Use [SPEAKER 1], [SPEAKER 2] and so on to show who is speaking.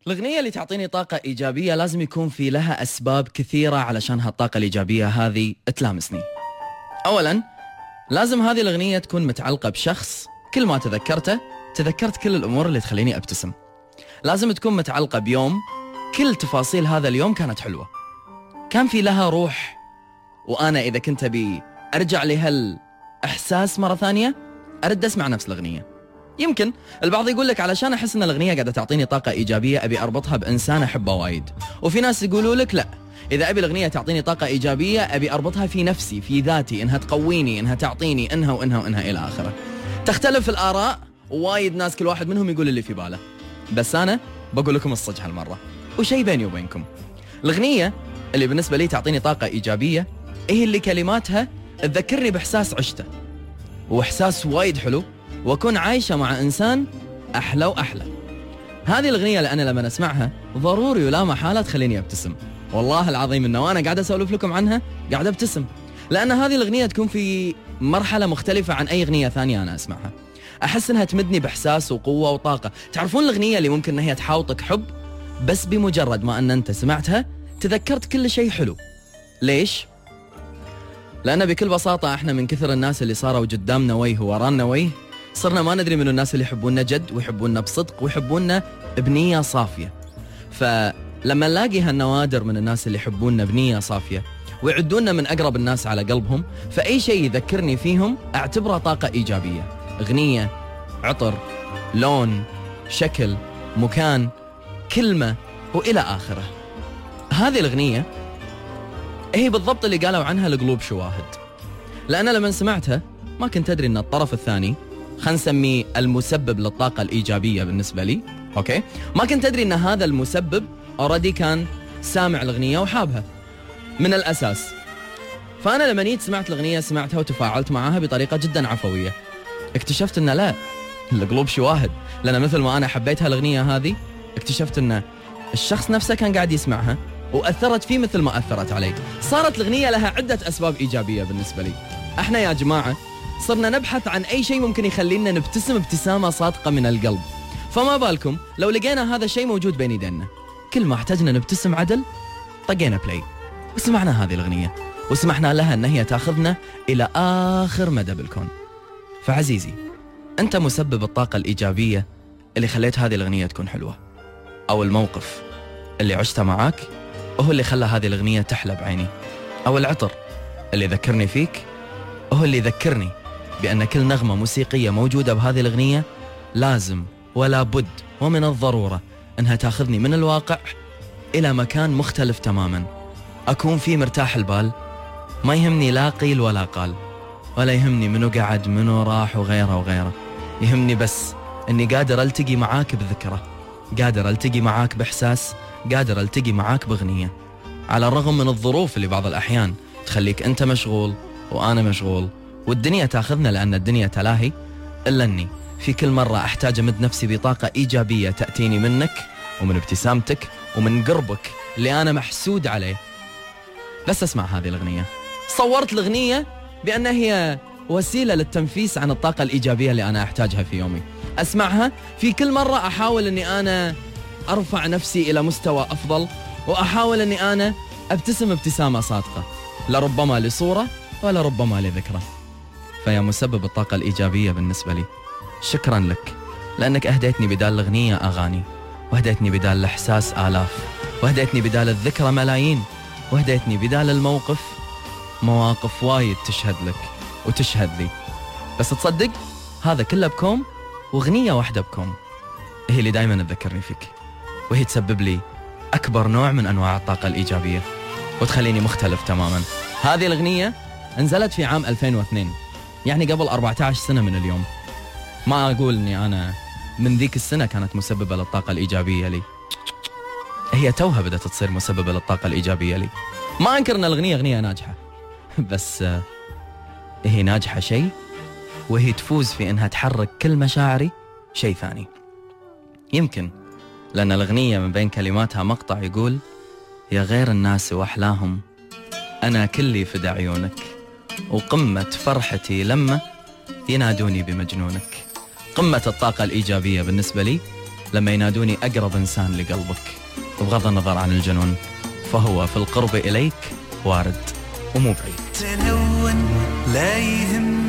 [SPEAKER 1] الأغنية اللي تعطيني طاقة إيجابية لازم يكون في لها أسباب كثيرة علشان هالطاقة الإيجابية هذه تلامسني. أولا لازم هذه الأغنية تكون متعلقة بشخص كل ما تذكرته تذكرت كل الأمور اللي تخليني أبتسم. لازم تكون متعلقة بيوم كل تفاصيل هذا اليوم كانت حلوة، كان في لها روح، وأنا إذا كنت أبي أرجع لهالإحساس مرة ثانية أرد أسمع نفس الأغنية. يمكن البعض يقول لك علشان أحس أن الأغنية قاعدة تعطيني طاقة إيجابية أبي أربطها بإنسان أحبه وايد، وفي ناس يقولوا لك لا، إذا أبي الأغنية تعطيني طاقة إيجابية أبي أربطها في نفسي، في ذاتي، إنها تقويني، إنها تعطيني إنها وإنها وإنها إلى آخره. تختلف الآراء، ووايد ناس كل واحد منهم يقول اللي في باله، بس أنا بقول لكم الصج هالمرة وشي بيني وبينكم. الأغنية اللي بالنسبة لي تعطيني طاقة إيجابية هي اللي كلماتها تذكرني بإحساس عشته، وإحساس وايد حلو، وأكون عايشة مع إنسان أحلى وأحلى. هذه الأغنية اللي أنا لما أسمعها ضروري ولا محالة تخليني أبتسم، والله العظيم إنه وأنا قاعد أسولف لكم عنها قاعد أبتسم، لأن هذه الأغنية تكون في مرحلة مختلفة عن أي أغنية ثانية أنا أسمعها. أحس إنها تمدني بإحساس وقوة وطاقة. تعرفون الأغنية اللي ممكن إن هي تحاوطك حب، بس بمجرد ما أن أنت سمعتها تذكرت كل شيء حلو. ليش؟ لأن بكل بساطة إحنا من كثر الناس اللي صاروا قدامنا ويه وورانا ويه صرنا ما ندري من الناس اللي يحبوننا جد ويحبوننا بصدق ويحبوننا بنية صافية. فلما نلاقي هالنوادر من الناس اللي يحبوننا بنية صافية ويعدوننا من أقرب الناس على قلبهم، فأي شيء يذكرني فيهم أعتبره طاقة إيجابية. أغنية، عطر، لون، شكل، مكان، كلمة، وإلى آخره. هذه الأغنية هي بالضبط اللي قالوا عنها القلوب شواهد، لأن لما سمعتها ما كنت أدري أن الطرف الثاني، خلينا نسميه المسبب للطاقة الإيجابية بالنسبة لي، أوكي؟ ما كنت أدري أن هذا المسبب أوريدي كان سامع الأغنية وحابها من الأساس. فأنا لما نيت سمعت الأغنية سمعتها وتفاعلت معها بطريقة جدا عفوية. اكتشفت أن لا، القلوب شواهد، لأن مثل ما أنا حبيتها الأغنية هذه اكتشفت أن الشخص نفسه كان قاعد يسمعها وأثرت فيه مثل ما أثرت علي. صارت الأغنية لها عدة أسباب إيجابية بالنسبة لي. احنا يا جماعة صرنا نبحث عن أي شيء ممكن يخلينا نبتسم ابتسامة صادقة من القلب، فما بالكم لو لقينا هذا الشيء موجود بين يدينا. كل ما احتاجنا نبتسم عدل طقينا بلاي وسمعنا هذه الأغنية وسمحنا لها أن هي تأخذنا إلى آخر مدى بالكون. فعزيزي، أنت مسبب الطاقة الإيجابية اللي خليت هذه الأغنية تكون حلوة، أو الموقف اللي عشته معاك وهو اللي خلى هذه الأغنية تحلى بعيني، أو العطر اللي ذكرني فيك وهو اللي ذكرني بأن كل نغمة موسيقية موجودة بهذه الأغنية لازم ولا بد ومن الضرورة أنها تأخذني من الواقع إلى مكان مختلف تماما، أكون فيه مرتاح البال، ما يهمني لا قيل ولا قال، ولا يهمني منو قعد منو راح وغيره وغيره. يهمني بس أني قادر ألتقي معاك بذكرى، قادر ألتقي معاك بإحساس، قادر ألتقي معاك بأغنية، على الرغم من الظروف اللي بعض الأحيان تخليك أنت مشغول وأنا مشغول والدنيا تأخذنا لأن الدنيا تلاهي، إلا أني في كل مرة أحتاج أمد نفسي بطاقة إيجابية تأتيني منك ومن ابتسامتك ومن قربك اللي أنا محسود عليه. بس أسمع هذه الأغنية. صورت الأغنية بأنها هي وسيلة للتنفيس عن الطاقة الإيجابية اللي أنا أحتاجها في يومي. أسمعها في كل مرة أحاول أني أنا أرفع نفسي إلى مستوى أفضل، وأحاول أني أنا أبتسم ابتسامة صادقة، لربما لصورة ولربما لذكرى. فيا مسبب الطاقة الإيجابية بالنسبة لي، شكرا لك لأنك أهديتني بدال الأغنية أغاني، وهديتني بدال الإحساس آلاف، وهديتني بدال الذكرى ملايين، وهديتني بدال الموقف مواقف وايد تشهد لك وتشهد لي. بس تصدق هذا كله بكوم، وأغنية واحدة بكوم هي اللي دايما تذكرني فيك، وهي تسبب لي أكبر نوع من أنواع الطاقة الإيجابية وتخليني مختلف تماما. هذه الأغنية انزلت في عام 2002، يعني قبل 14 سنة من اليوم. ما أقول أني أنا من ذيك السنة كانت مسببة للطاقة الإيجابية لي، هي توها بدأت تصير مسببة للطاقة الإيجابية لي. ما أنكر أن الأغنية أغنية ناجحة، بس هي ناجحة شيء، وهي تفوز في أنها تحرك كل مشاعري شيء ثاني. يمكن لأن الأغنية من بين كلماتها مقطع يقول: يا غير الناس وأحلاهم أنا كلي فدى عيونك، وقمة فرحتي لما ينادوني بمجنونك. قمة الطاقة الإيجابية بالنسبة لي لما ينادوني أقرب إنسان لقلبك. وبغض النظر عن الجنون فهو في القرب إليك وارد ومو بعيد.
[SPEAKER 2] تلون لا يهم